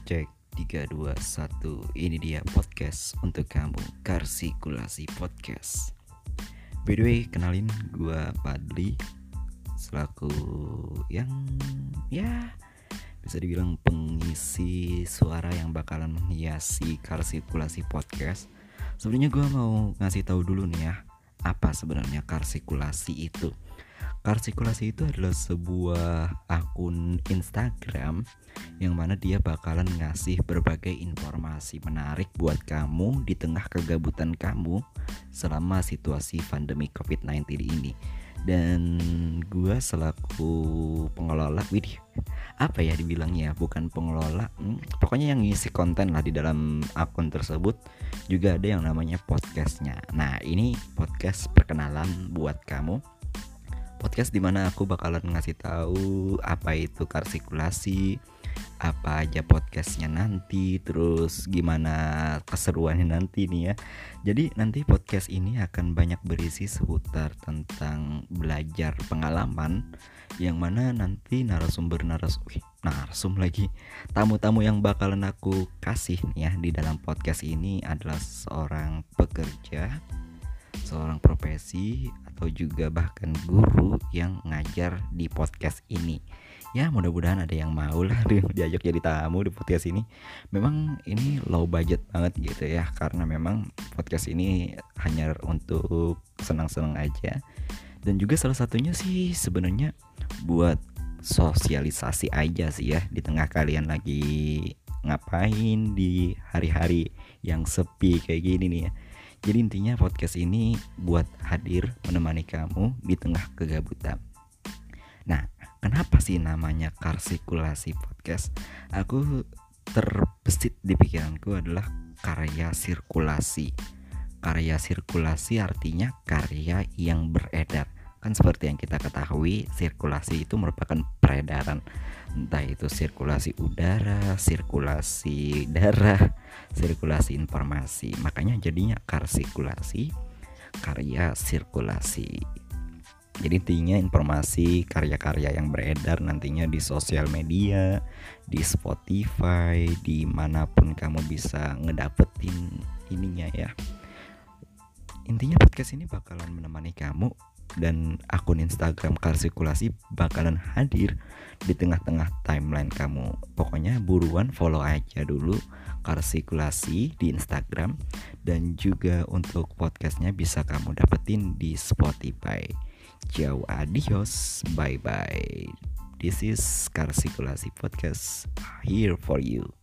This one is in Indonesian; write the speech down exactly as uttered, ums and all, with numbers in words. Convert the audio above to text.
Cek tiga dua satu. Ini dia podcast untuk kamu, Karsikulasi Podcast. By the way, kenalin gue Padli, selaku yang ya bisa dibilang pengisi suara yang bakalan menghiasi Karsikulasi Podcast. Sebenarnya gue mau ngasih tahu dulu nih ya, apa sebenarnya karsikulasi itu. Karsikulasi itu adalah sebuah akun Instagram yang mana dia bakalan ngasih berbagai informasi menarik buat kamu di tengah kegabutan kamu selama situasi pandemi covid sembilan belas ini. Dan gue selaku pengelola, widih, apa ya dibilangnya, bukan pengelola, hmm, pokoknya yang ngisi konten lah di dalam akun tersebut, juga ada yang namanya podcastnya. Nah, ini podcast perkenalan buat kamu. Podcast dimana aku bakalan ngasih tahu apa itu karsikulasi, apa aja podcastnya nanti, terus gimana keseruannya nanti nih ya. Jadi nanti podcast ini akan banyak berisi seputar tentang belajar pengalaman, yang mana nanti narasumber naras, wih, narsum lagi, tamu-tamu yang bakalan aku kasih nih ya di dalam podcast ini adalah seorang pekerja, seorang profesi, atau juga bahkan guru yang ngajar di podcast ini. Ya mudah-mudahan ada yang mau lah diajak jadi tamu di podcast ini. Memang ini low budget banget gitu ya, karena memang podcast ini hanya untuk senang-senang aja. Dan juga salah satunya sih sebenarnya buat sosialisasi aja sih ya, di tengah kalian lagi ngapain di hari-hari yang sepi kayak gini nih ya. Jadi intinya podcast ini buat hadir menemani kamu di tengah kegabutan. Nah, kenapa sih namanya Karsikulasi Podcast? Aku terbesit di pikiranku adalah karya sirkulasi. Karya sirkulasi artinya karya yang beredar. Kan seperti yang kita ketahui, sirkulasi itu merupakan peredaran. Entah itu sirkulasi udara, sirkulasi darah, sirkulasi informasi. Makanya jadinya karsikulasi, karya sirkulasi. Jadi intinya informasi karya-karya yang beredar nantinya di sosial media, di Spotify, dimanapun kamu bisa ngedapetin ininya ya. Intinya podcast ini bakalan menemani kamu, dan akun Instagram Karsikulasi bakalan hadir di tengah-tengah timeline kamu. Pokoknya buruan follow aja dulu Karsikulasi di Instagram, dan juga untuk podcastnya bisa kamu dapetin di Spotify. Ciao, adios, bye bye. This is Karsikulasi Podcast here for you.